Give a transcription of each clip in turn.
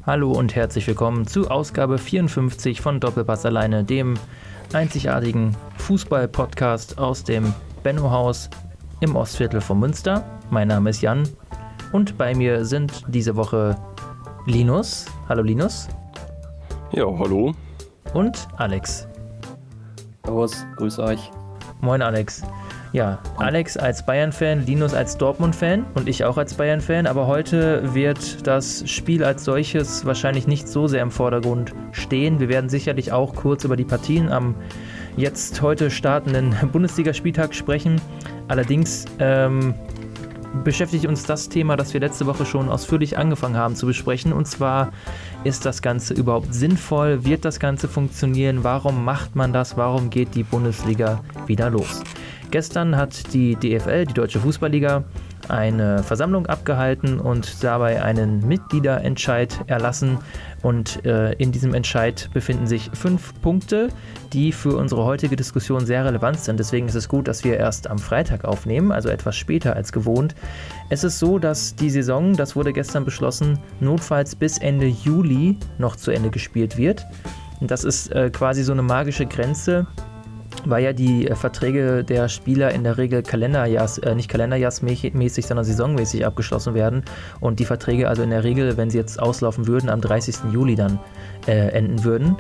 Hallo und herzlich willkommen zu Ausgabe 54 von Doppelpass alleine, dem einzigartigen Fußball-Podcast aus dem Benno-Haus im Ostviertel von Münster. Mein Name ist Jan und bei mir sind diese Woche Linus. Hallo Linus. Ja, hallo. Und Alex. Servus, grüß euch. Moin Alex. Ja, Alex als Bayern-Fan, Linus als Dortmund-Fan und ich auch als Bayern-Fan, aber heute wird das Spiel als solches wahrscheinlich nicht so sehr im Vordergrund stehen. Wir werden sicherlich auch kurz über die Partien am jetzt heute startenden Bundesligaspieltag sprechen. Allerdings beschäftigt uns das Thema, das wir letzte Woche schon ausführlich angefangen haben zu besprechen, und zwar: Ist das Ganze überhaupt sinnvoll? Wird das Ganze funktionieren? Warum macht man das? Warum geht die Bundesliga wieder los? Gestern hat die DFL, die Deutsche Fußballliga, eine Versammlung abgehalten und dabei einen Mitgliederentscheid erlassen. Und in diesem Entscheid befinden sich 5 Punkte, die für unsere heutige Diskussion sehr relevant sind. Deswegen ist es gut, dass wir erst am Freitag aufnehmen, also etwas später als gewohnt. Es ist so, dass die Saison, das wurde gestern beschlossen, notfalls bis Ende Juli noch zu Ende gespielt wird. Und das ist quasi so eine magische Grenze, weil ja die Verträge der Spieler in der Regel nicht kalenderjahrsmäßig, sondern saisonmäßig abgeschlossen werden und die Verträge also in der Regel, wenn sie jetzt auslaufen würden, am 30. Juli dann enden würden.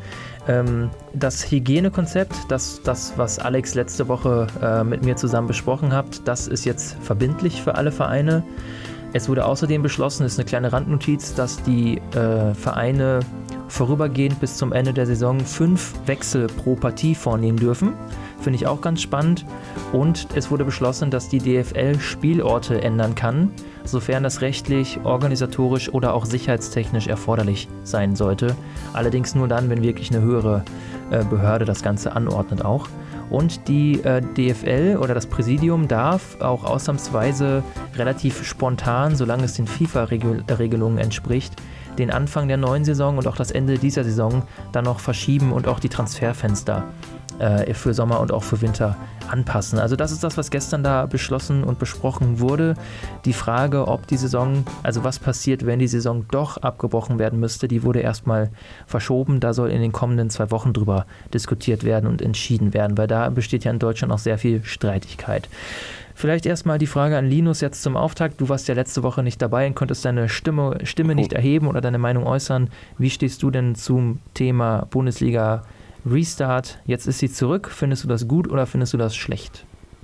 Das Hygienekonzept, das, was Alex letzte Woche mit mir zusammen besprochen hat, das ist jetzt verbindlich für alle Vereine. Es wurde außerdem beschlossen, das ist eine kleine Randnotiz, dass die Vereine vorübergehend bis zum Ende der Saison 5 Wechsel pro Partie vornehmen dürfen. Finde ich auch ganz spannend. Und es wurde beschlossen, dass die DFL Spielorte ändern kann, sofern das rechtlich, organisatorisch oder auch sicherheitstechnisch erforderlich sein sollte. Allerdings nur dann, wenn wirklich eine höhere Behörde das Ganze anordnet auch. Und die DFL oder das Präsidium darf auch ausnahmsweise relativ spontan, solange es den FIFA-Regelungen entspricht, den Anfang der neuen Saison und auch das Ende dieser Saison dann noch verschieben und auch die Transferfenster für Sommer und auch für Winter anpassen. Also das ist das, was gestern da beschlossen und besprochen wurde. Die Frage, ob die Saison, also was passiert, wenn die Saison doch abgebrochen werden müsste, die wurde erstmal verschoben. Da soll in den kommenden 2 Wochen drüber diskutiert werden und entschieden werden, weil da besteht ja in Deutschland auch sehr viel Streitigkeit. Vielleicht erstmal die Frage an Linus jetzt zum Auftakt. Du warst ja letzte Woche nicht dabei und konntest deine Stimme nicht erheben oder deine Meinung äußern. Wie stehst du denn zum Thema Bundesliga Restart? Jetzt ist sie zurück. Findest du das gut oder findest du das schlecht?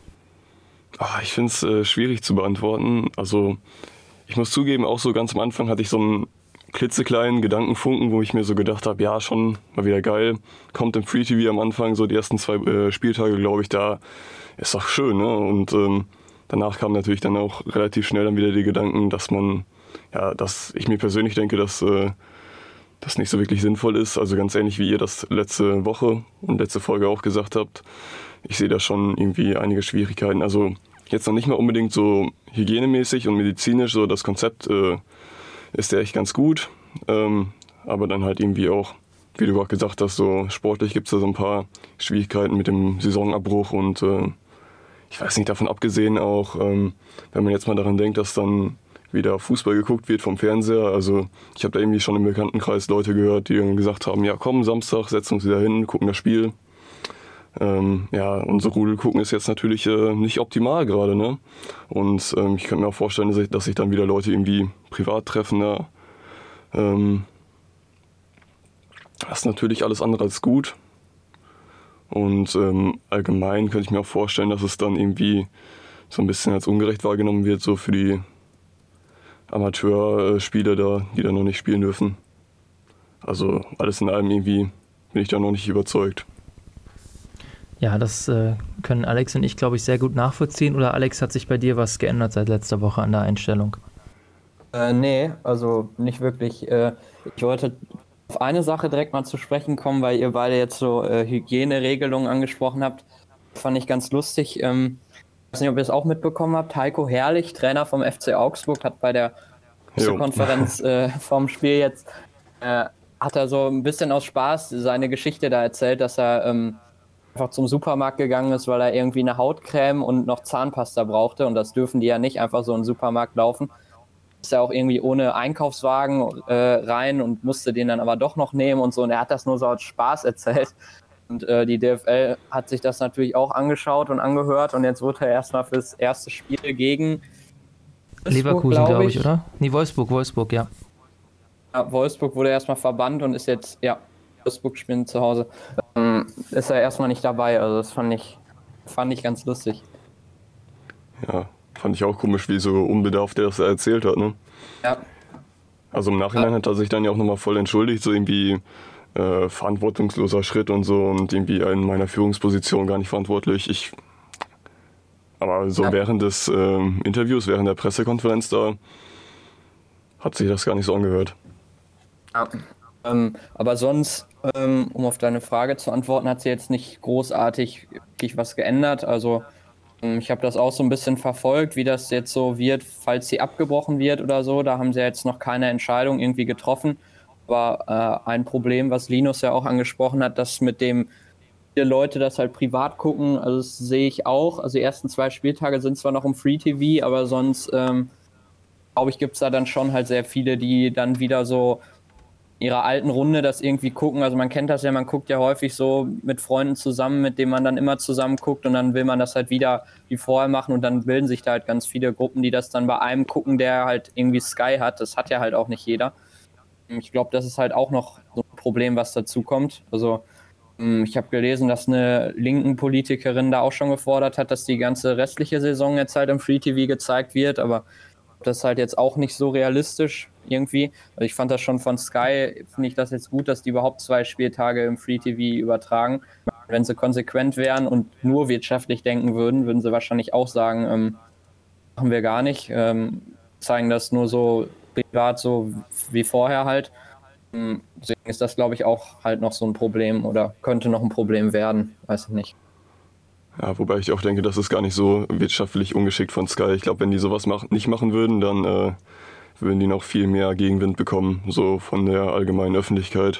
Ich finde es schwierig zu beantworten. Also ich muss zugeben, auch so ganz am Anfang hatte ich so einen klitzekleinen Gedankenfunken, wo ich mir so gedacht habe, ja, schon mal wieder geil. Kommt im Free TV am Anfang, so die ersten 2 Spieltage, glaube ich, da ist doch schön, ne? Und danach kamen natürlich dann auch relativ schnell dann wieder die Gedanken, dass ich mir persönlich denke, dass das nicht so wirklich sinnvoll ist. Also ganz ähnlich wie ihr das letzte Woche und letzte Folge auch gesagt habt. Ich sehe da schon irgendwie einige Schwierigkeiten. Also jetzt noch nicht mal unbedingt so hygienemäßig und medizinisch, so das Konzept ist ja echt ganz gut. Aber dann halt irgendwie auch, wie du gerade gesagt hast, so sportlich gibt es da so ein paar Schwierigkeiten mit dem Saisonabbruch und ich weiß nicht, davon abgesehen auch, wenn man jetzt mal daran denkt, dass dann wieder Fußball geguckt wird vom Fernseher. Also ich habe da irgendwie schon im Bekanntenkreis Leute gehört, die irgendwie gesagt haben, ja komm, Samstag setzen wir uns wieder hin, gucken das Spiel. Und so Rudel gucken ist jetzt natürlich nicht optimal gerade, ne? Und ich könnte mir auch vorstellen, dass sich dann wieder Leute irgendwie privat treffen. Ja. Das ist natürlich alles andere als gut. Und allgemein könnte ich mir auch vorstellen, dass es dann irgendwie so ein bisschen als ungerecht wahrgenommen wird, so für die Amateurspieler da, die da noch nicht spielen dürfen. Also alles in allem irgendwie bin ich da noch nicht überzeugt. Ja, das können Alex und ich, glaube ich, sehr gut nachvollziehen. Oder Alex, hat sich bei dir was geändert seit letzter Woche an der Einstellung? Nee, also nicht wirklich. Ich wollte auf eine Sache direkt mal zu sprechen kommen, weil ihr beide jetzt so Hygieneregelungen angesprochen habt. Fand ich ganz lustig. Ich weiß nicht, ob ihr es auch mitbekommen habt. Heiko Herrlich, Trainer vom FC Augsburg, hat bei der Pressekonferenz vorm Spiel jetzt, hat er so ein bisschen aus Spaß seine Geschichte da erzählt, dass er einfach zum Supermarkt gegangen ist, weil er irgendwie eine Hautcreme und noch Zahnpasta brauchte. Und das dürfen die ja nicht einfach so in den Supermarkt laufen. ist ja auch irgendwie ohne Einkaufswagen rein und musste den dann aber doch noch nehmen und so. Und er hat das nur so als Spaß erzählt. Und die DFL hat sich das natürlich auch angeschaut und angehört. Und jetzt wurde er erstmal fürs erste Spiel gegen Leverkusen, glaube ich, oder? Nee, Wolfsburg, ja. Ja, Wolfsburg wurde erstmal verbannt und ist jetzt, Wolfsburg spielen zu Hause. Ist er erstmal nicht dabei. Also das fand ich ganz lustig. Ja, fand ich auch komisch, wie so unbedarft der das erzählt hat, ne? Ja. Also im Nachhinein hat er sich dann ja auch nochmal voll entschuldigt, so irgendwie verantwortungsloser Schritt und so und irgendwie in meiner Führungsposition gar nicht verantwortlich. Aber so während des Interviews, während der Pressekonferenz da, hat sich das gar nicht so angehört. Ja. Aber sonst, um auf deine Frage zu antworten, hat sie jetzt nicht großartig wirklich was geändert. Also ich habe das auch so ein bisschen verfolgt, wie das jetzt so wird, falls sie abgebrochen wird oder so. Da haben sie jetzt noch keine Entscheidung irgendwie getroffen. Aber ein Problem, was Linus ja auch angesprochen hat, dass mit dem viele Leute das halt privat gucken, also das sehe ich auch. Also die ersten 2 Spieltage sind zwar noch im Free TV, aber sonst, glaube ich, gibt es da dann schon halt sehr viele, die dann wieder so ihrer alten Runde das irgendwie gucken. Also man kennt das ja, man guckt ja häufig so mit Freunden zusammen, mit denen man dann immer zusammen guckt und dann will man das halt wieder wie vorher machen und dann bilden sich da halt ganz viele Gruppen, die das dann bei einem gucken, der halt irgendwie Sky hat. Das hat ja halt auch nicht jeder. Ich glaube, das ist halt auch noch so ein Problem, was dazu kommt. Also ich habe gelesen, dass eine linken Politikerin da auch schon gefordert hat, dass die ganze restliche Saison jetzt halt im Free TV gezeigt wird, aber das ist halt jetzt auch nicht so realistisch irgendwie. Also ich fand das schon von Sky, finde ich das jetzt gut, dass die überhaupt 2 Spieltage im Free TV übertragen. Wenn sie konsequent wären und nur wirtschaftlich denken würden sie wahrscheinlich auch sagen, machen wir gar nicht, zeigen das nur so privat so wie vorher halt. Deswegen ist das, glaube ich, auch halt noch so ein Problem oder könnte noch ein Problem werden, weiß ich nicht. Ja, wobei ich auch denke, das ist gar nicht so wirtschaftlich ungeschickt von Sky. Ich glaube, wenn die sowas nicht machen würden, dann würden die noch viel mehr Gegenwind bekommen, so von der allgemeinen Öffentlichkeit.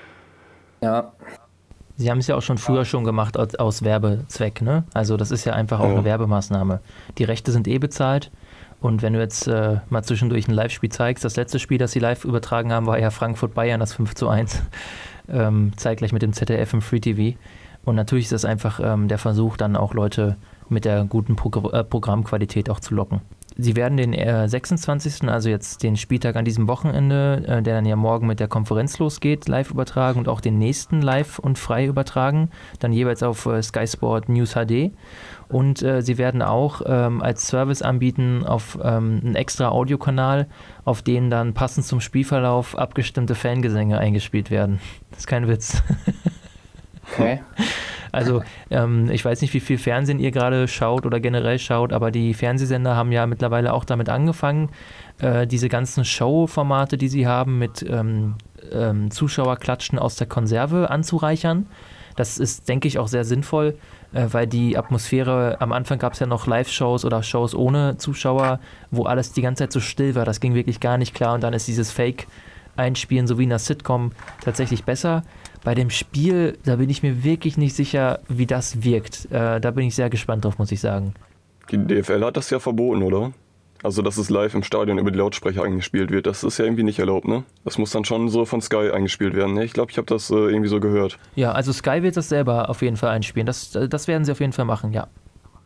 Ja. Sie haben es ja auch schon früher schon gemacht aus Werbezweck, ne? Also das ist ja einfach auch eine Werbemaßnahme. Die Rechte sind bezahlt und wenn du jetzt mal zwischendurch ein Live-Spiel zeigst, das letzte Spiel, das sie live übertragen haben, war ja Frankfurt-Bayern, das 5:1, zeitgleich mit dem ZDF im Free TV. Und natürlich ist das einfach der Versuch, dann auch Leute mit der guten Programmqualität auch zu locken. Sie werden den 26., also jetzt den Spieltag an diesem Wochenende, der dann ja morgen mit der Konferenz losgeht, live übertragen und auch den nächsten live und frei übertragen, dann jeweils auf Sky Sport News HD. Und sie werden auch als Service anbieten auf einen extra Audiokanal, auf den dann passend zum Spielverlauf abgestimmte Fangesänge eingespielt werden. Das ist kein Witz. Okay. Also ich weiß nicht, wie viel Fernsehen ihr gerade schaut oder generell schaut, aber die Fernsehsender haben ja mittlerweile auch damit angefangen, diese ganzen Show-Formate, die sie haben, mit Zuschauerklatschen aus der Konserve anzureichern. Das ist, denke ich, auch sehr sinnvoll, weil die Atmosphäre, am Anfang gab es ja noch Live-Shows oder Shows ohne Zuschauer, wo alles die ganze Zeit so still war. Das ging wirklich gar nicht klar und dann ist dieses Fake-Einspielen, so wie in einer Sitcom, tatsächlich besser. Bei dem Spiel, da bin ich mir wirklich nicht sicher, wie das wirkt. Da bin ich sehr gespannt drauf, muss ich sagen. Die DFL hat das ja verboten, oder? Also, dass es live im Stadion über die Lautsprecher eingespielt wird, das ist ja irgendwie nicht erlaubt, ne? Das muss dann schon so von Sky eingespielt werden, ne? Ich glaube, ich habe das irgendwie so gehört. Ja, also Sky wird das selber auf jeden Fall einspielen. Das werden sie auf jeden Fall machen, ja.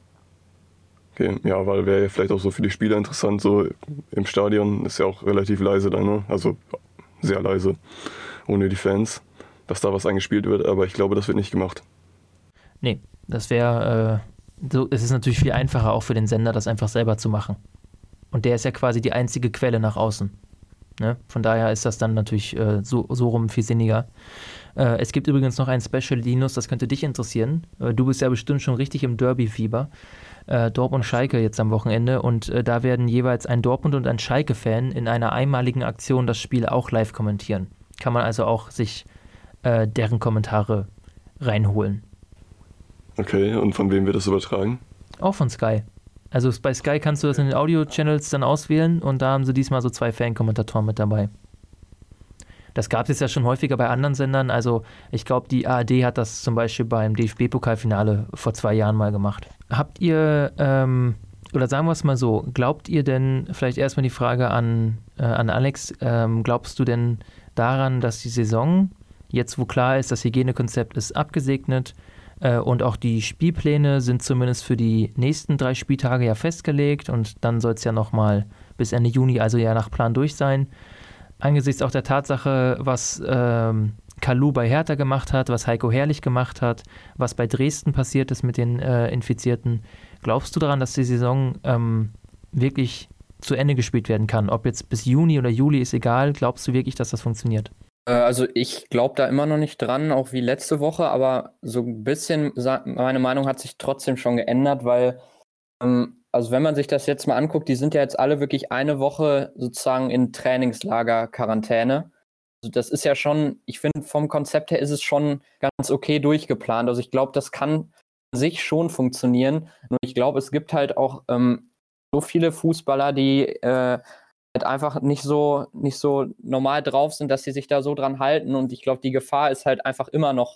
Okay, ja, weil wäre ja vielleicht auch so für die Spieler interessant, so im Stadion ist ja auch relativ leise dann, ne? Also sehr leise, ohne die Fans, dass da was eingespielt wird, aber ich glaube, das wird nicht gemacht. Nee, das wäre, es ist natürlich viel einfacher auch für den Sender, das einfach selber zu machen. Und der ist ja quasi die einzige Quelle nach außen. Ne? Von daher ist das dann natürlich so rum viel sinniger. Es gibt übrigens noch ein Special, Linus, das könnte dich interessieren. Du bist ja bestimmt schon richtig im Derby-Fieber. Dortmund-Schalke jetzt am Wochenende und da werden jeweils ein Dortmund- und ein Schalke-Fan in einer einmaligen Aktion das Spiel auch live kommentieren. Kann man also auch sich deren Kommentare reinholen. Okay, und von wem wird das übertragen? Auch von Sky. Also bei Sky kannst du das in den Audio-Channels dann auswählen und da haben sie diesmal so 2 Fan-Kommentatoren mit dabei. Das gab es jetzt ja schon häufiger bei anderen Sendern, also ich glaube, die ARD hat das zum Beispiel beim DFB-Pokalfinale vor 2 Jahren mal gemacht. Habt ihr oder sagen wir es mal so, glaubt ihr denn, vielleicht erstmal die Frage an Alex, glaubst du denn daran, dass die Saison, jetzt wo klar ist, das Hygienekonzept ist abgesegnet und auch die Spielpläne sind zumindest für die nächsten 3 Spieltage ja festgelegt und dann soll es ja nochmal bis Ende Juni, also ja nach Plan durch sein, angesichts auch der Tatsache, was Kalou bei Hertha gemacht hat, was Heiko Herrlich gemacht hat, was bei Dresden passiert ist mit den Infizierten. Glaubst du daran, dass die Saison wirklich zu Ende gespielt werden kann? Ob jetzt bis Juni oder Juli ist egal. Glaubst du wirklich, dass das funktioniert? Also ich glaube da immer noch nicht dran, auch wie letzte Woche, aber so ein bisschen, meine Meinung hat sich trotzdem schon geändert, weil, also wenn man sich das jetzt mal anguckt, die sind ja jetzt alle wirklich eine Woche sozusagen in Trainingslager-Quarantäne. Also das ist ja schon, ich finde, vom Konzept her ist es schon ganz okay durchgeplant. Also ich glaube, das kann an sich schon funktionieren. Nur ich glaube, es gibt halt auch so viele Fußballer, die halt einfach nicht so normal drauf sind, dass sie sich da so dran halten. Und ich glaube, die Gefahr ist halt einfach immer noch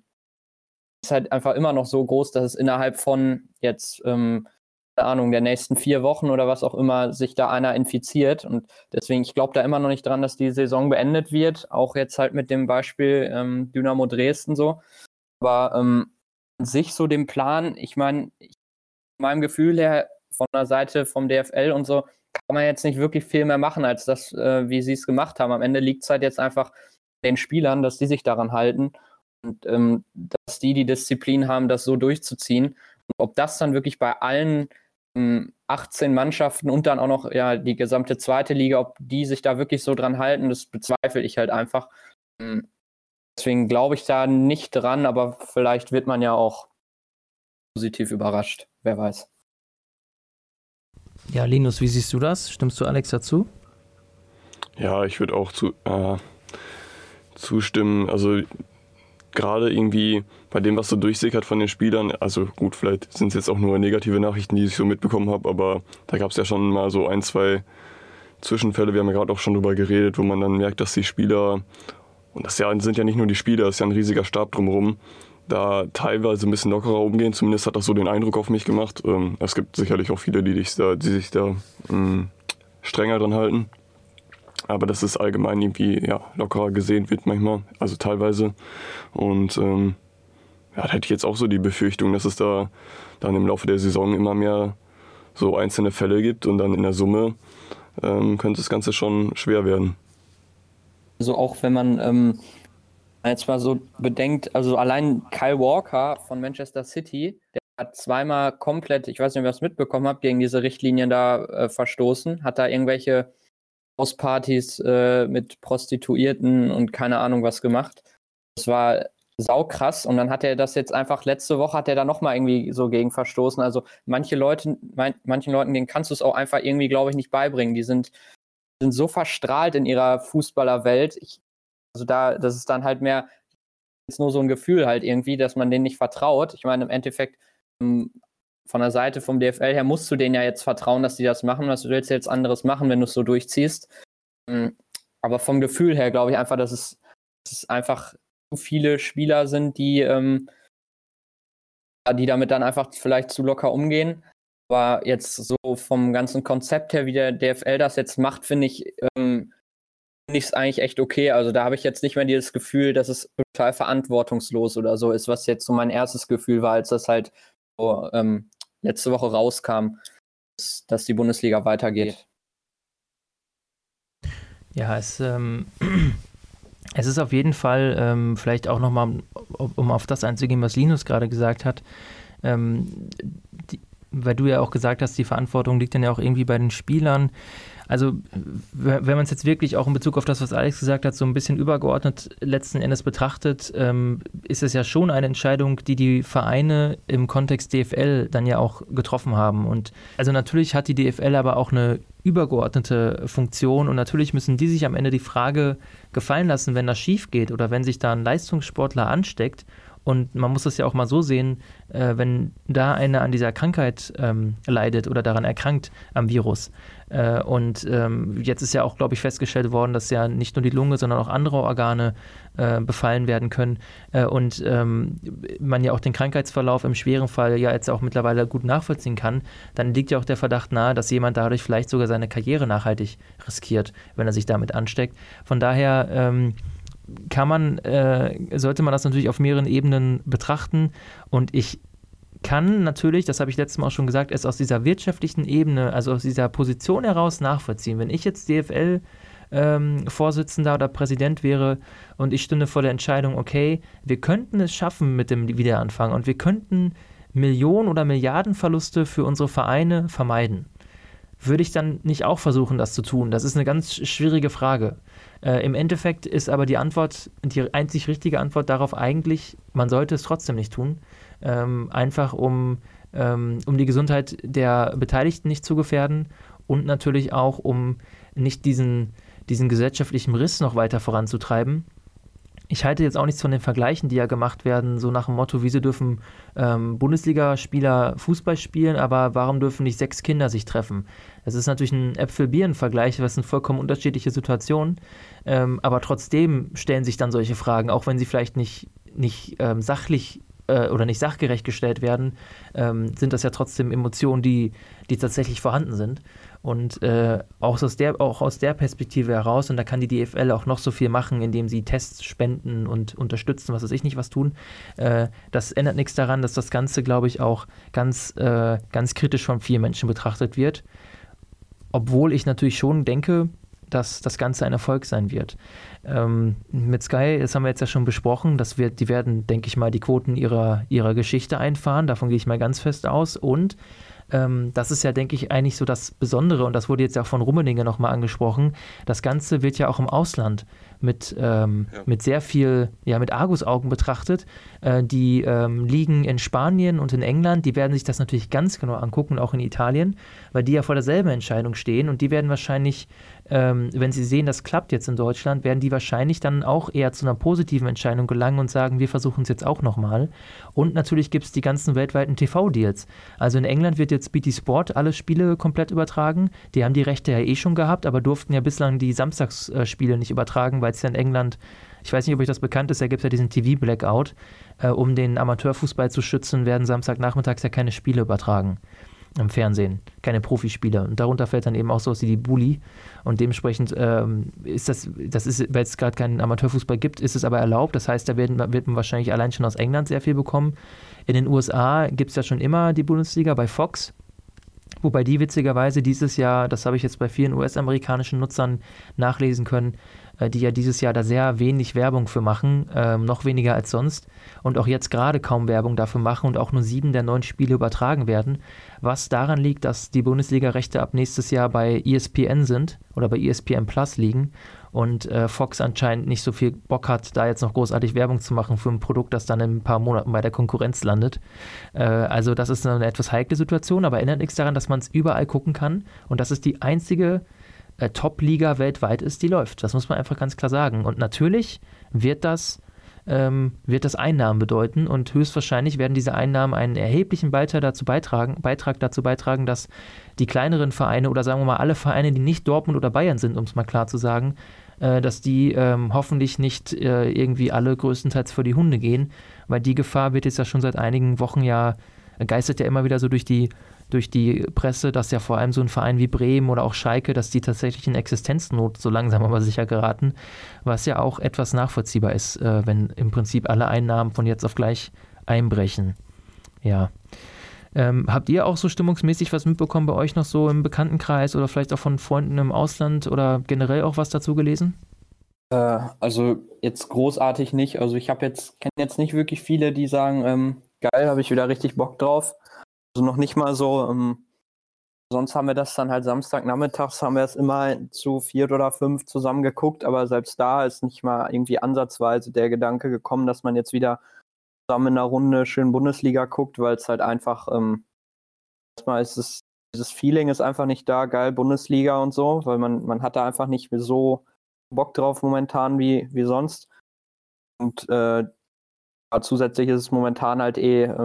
so groß, dass es innerhalb von jetzt keine Ahnung, der nächsten 4 Wochen oder was auch immer sich da einer infiziert. Und deswegen, ich glaube da immer noch nicht dran, dass die Saison beendet wird. Auch jetzt halt mit dem Beispiel Dynamo Dresden so. Aber an sich so dem Plan, ich meine, meinem Gefühl her von der Seite vom DFL und so, kann man jetzt nicht wirklich viel mehr machen, als das, wie sie es gemacht haben. Am Ende liegt es halt jetzt einfach den Spielern, dass die sich daran halten und dass die Disziplin haben, das so durchzuziehen. Und ob das dann wirklich bei allen 18 Mannschaften und dann auch noch ja die gesamte zweite Liga, ob die sich da wirklich so dran halten, das bezweifle ich halt einfach. Deswegen glaube ich da nicht dran, aber vielleicht wird man ja auch positiv überrascht, wer weiß. Ja, Linus, wie siehst du das? Stimmst du Alex dazu? Ja, ich würde auch zustimmen. Also gerade irgendwie bei dem, was so durchsickert von den Spielern, also gut, vielleicht sind es jetzt auch nur negative Nachrichten, die ich so mitbekommen habe, aber da gab es ja schon mal so 1, 2 Zwischenfälle, wir haben ja gerade auch schon drüber geredet, wo man dann merkt, dass die Spieler, und das sind ja nicht nur die Spieler, das ist ja ein riesiger Stab drumherum, da teilweise ein bisschen lockerer umgehen, zumindest hat das so den Eindruck auf mich gemacht. Es gibt sicherlich auch viele, die sich da strenger dran halten. Aber dass es allgemein irgendwie lockerer gesehen wird manchmal, also teilweise. Und da hätte ich jetzt auch so die Befürchtung, dass es da dann im Laufe der Saison immer mehr so einzelne Fälle gibt und dann in der Summe könnte das Ganze schon schwer werden. Also auch wenn man jetzt mal so bedenkt, also allein Kyle Walker von Manchester City, der hat zweimal komplett, ich weiß nicht, ob ihr das mitbekommen habt, gegen diese Richtlinien da verstoßen, hat da irgendwelche Hauspartys mit Prostituierten und keine Ahnung was gemacht. Das war saukrass und dann hat er das jetzt einfach, letzte Woche hat er da nochmal irgendwie so gegen verstoßen. Also manchen Leuten, denen kannst du es auch einfach irgendwie, glaube ich, nicht beibringen. Die sind so verstrahlt in ihrer Fußballerwelt. Das ist dann halt mehr jetzt nur so ein Gefühl halt irgendwie, dass man denen nicht vertraut. Ich meine, im Endeffekt von der Seite vom DFL her musst du denen ja jetzt vertrauen, dass die das machen. Was willst du jetzt anderes machen, wenn du es so durchziehst? Aber vom Gefühl her glaube ich einfach, dass es einfach zu viele Spieler sind, die damit dann einfach vielleicht zu locker umgehen. Aber jetzt so vom ganzen Konzept her, wie der DFL das jetzt macht, finde ich es eigentlich echt okay. Also da habe ich jetzt nicht mehr dieses Gefühl, dass es total verantwortungslos oder so ist, was jetzt so mein erstes Gefühl war, als das halt so, letzte Woche rauskam, dass die Bundesliga weitergeht. Ja, es ist auf jeden Fall vielleicht auch nochmal, um auf das einzugehen, was Linus gerade gesagt hat, weil du ja auch gesagt hast, die Verantwortung liegt dann ja auch irgendwie bei den Spielern. Also wenn man es jetzt wirklich auch in Bezug auf das, was Alex gesagt hat, so ein bisschen übergeordnet letzten Endes betrachtet, ist es ja schon eine Entscheidung, die Vereine im Kontext DFL dann ja auch getroffen haben. Und also natürlich hat die DFL aber auch eine übergeordnete Funktion und natürlich müssen die sich am Ende die Frage gefallen lassen, wenn das schief geht oder wenn sich da ein Leistungssportler ansteckt, Und man muss das ja auch mal so sehen, wenn da einer an dieser Krankheit leidet oder daran erkrankt am Virus. Und jetzt ist ja auch, glaube ich, festgestellt worden, dass ja nicht nur die Lunge, sondern auch andere Organe befallen werden können. Und man ja auch den Krankheitsverlauf im schweren Fall ja jetzt auch mittlerweile gut nachvollziehen kann. Dann liegt ja auch der Verdacht nahe, dass jemand dadurch vielleicht sogar seine Karriere nachhaltig riskiert, wenn er sich damit ansteckt. Von daher sollte man das natürlich auf mehreren Ebenen betrachten, und ich kann natürlich, das habe ich letztes Mal auch schon gesagt, es aus dieser wirtschaftlichen Ebene, also aus dieser Position heraus nachvollziehen. Wenn ich jetzt DFL Vorsitzender oder Präsident wäre und ich stünde vor der Entscheidung, okay, wir könnten es schaffen mit dem Wiederanfang und wir könnten Millionen- oder Milliardenverluste für unsere Vereine vermeiden, würde ich dann nicht auch versuchen, das zu tun? Das ist eine ganz schwierige Frage. Im Endeffekt ist aber die einzig richtige Antwort darauf eigentlich, man sollte es trotzdem nicht tun. Einfach um die Gesundheit der Beteiligten nicht zu gefährden und natürlich auch, um nicht diesen gesellschaftlichen Riss noch weiter voranzutreiben. Ich halte jetzt auch nichts von den Vergleichen, die ja gemacht werden, so nach dem Motto, wieso dürfen Bundesligaspieler Fußball spielen, aber warum dürfen nicht 6 Kinder sich treffen? Das ist natürlich ein Äpfel-Birnen-Vergleich, das sind vollkommen unterschiedliche Situationen, aber trotzdem stellen sich dann solche Fragen, auch wenn sie vielleicht nicht sachlich oder nicht sachgerecht gestellt werden, sind das ja trotzdem Emotionen, die tatsächlich vorhanden sind. Und auch aus der Perspektive heraus, und da kann die DFL auch noch so viel machen, indem sie Tests spenden und unterstützen, was weiß ich nicht, was tun. Das ändert nichts daran, dass das Ganze, glaube ich, auch ganz kritisch von vielen Menschen betrachtet wird. Obwohl ich natürlich schon denke, dass das Ganze ein Erfolg sein wird. Mit Sky, das haben wir jetzt ja schon besprochen, die werden, denke ich mal, die Quoten ihrer Geschichte einfahren, davon gehe ich mal ganz fest aus. Und das ist ja, denke ich, eigentlich so das Besondere, und das wurde jetzt ja auch von Rummenigge nochmal angesprochen, das Ganze wird ja auch im Ausland mit sehr viel, mit Argusaugen betrachtet. Die Ligen in Spanien und in England, die werden sich das natürlich ganz genau angucken, auch in Italien, weil die ja vor derselben Entscheidung stehen, und die werden wahrscheinlich, wenn sie sehen, das klappt jetzt in Deutschland, werden die wahrscheinlich dann auch eher zu einer positiven Entscheidung gelangen und sagen, wir versuchen es jetzt auch nochmal. Und natürlich gibt es die ganzen weltweiten TV-Deals. Also in England wird jetzt BT Sport alle Spiele komplett übertragen. Die haben die Rechte ja eh schon gehabt, aber durften ja bislang die Samstagsspiele nicht übertragen, weil es ja in England, ich weiß nicht, ob euch das bekannt ist, da gibt es ja diesen TV-Blackout. Um den Amateurfußball zu schützen, werden Samstagnachmittags ja keine Spiele übertragen im Fernsehen, keine Profispiele. Und darunter fällt dann eben auch sowas wie die Bulli. Und dementsprechend ist das ist, weil es gerade keinen Amateurfußball gibt, ist es aber erlaubt. Das heißt, da wird man wahrscheinlich allein schon aus England sehr viel bekommen. In den USA gibt es ja schon immer die Bundesliga bei Fox. Wobei die witzigerweise dieses Jahr, das habe ich jetzt bei vielen US-amerikanischen Nutzern nachlesen können, die ja dieses Jahr da sehr wenig Werbung für machen, noch weniger als sonst, und auch jetzt gerade kaum Werbung dafür machen und auch nur 7 der 9 Spiele übertragen werden, was daran liegt, dass die Bundesliga-Rechte ab nächstes Jahr bei ESPN sind oder bei ESPN Plus liegen und Fox anscheinend nicht so viel Bock hat, da jetzt noch großartig Werbung zu machen für ein Produkt, das dann in ein paar Monaten bei der Konkurrenz landet. Also das ist eine etwas heikle Situation, aber ändert nichts daran, dass man es überall gucken kann, und das ist die einzige Top-Liga weltweit ist, die läuft. Das muss man einfach ganz klar sagen. Und natürlich wird das Einnahmen bedeuten, und höchstwahrscheinlich werden diese Einnahmen einen erheblichen Beitrag dazu beitragen, dass die kleineren Vereine oder sagen wir mal alle Vereine, die nicht Dortmund oder Bayern sind, um es mal klar zu sagen, dass die hoffentlich nicht irgendwie alle größtenteils vor die Hunde gehen, weil die Gefahr wird jetzt ja schon seit einigen Wochen geistert ja immer wieder so durch die Presse, dass ja vor allem so ein Verein wie Bremen oder auch Schalke, dass die tatsächlich in Existenznot so langsam aber sicher geraten, was ja auch etwas nachvollziehbar ist, wenn im Prinzip alle Einnahmen von jetzt auf gleich einbrechen. Ja. Habt ihr auch so stimmungsmäßig was mitbekommen bei euch noch so im Bekanntenkreis oder vielleicht auch von Freunden im Ausland oder generell auch was dazu gelesen? Also jetzt großartig nicht. Also ich kenne jetzt nicht wirklich viele, die sagen, geil, habe ich wieder richtig Bock drauf. Also noch nicht mal so, sonst haben wir das dann halt Samstagnachmittags, haben wir es immer zu 4 oder 5 zusammen geguckt, aber selbst da ist nicht mal irgendwie ansatzweise der Gedanke gekommen, dass man jetzt wieder zusammen in einer Runde schön Bundesliga guckt, weil es halt einfach, erstmal ist dieses Feeling ist einfach nicht da, geil Bundesliga und so, weil man hat da einfach nicht so Bock drauf momentan wie sonst. Und Aber zusätzlich ist es momentan halt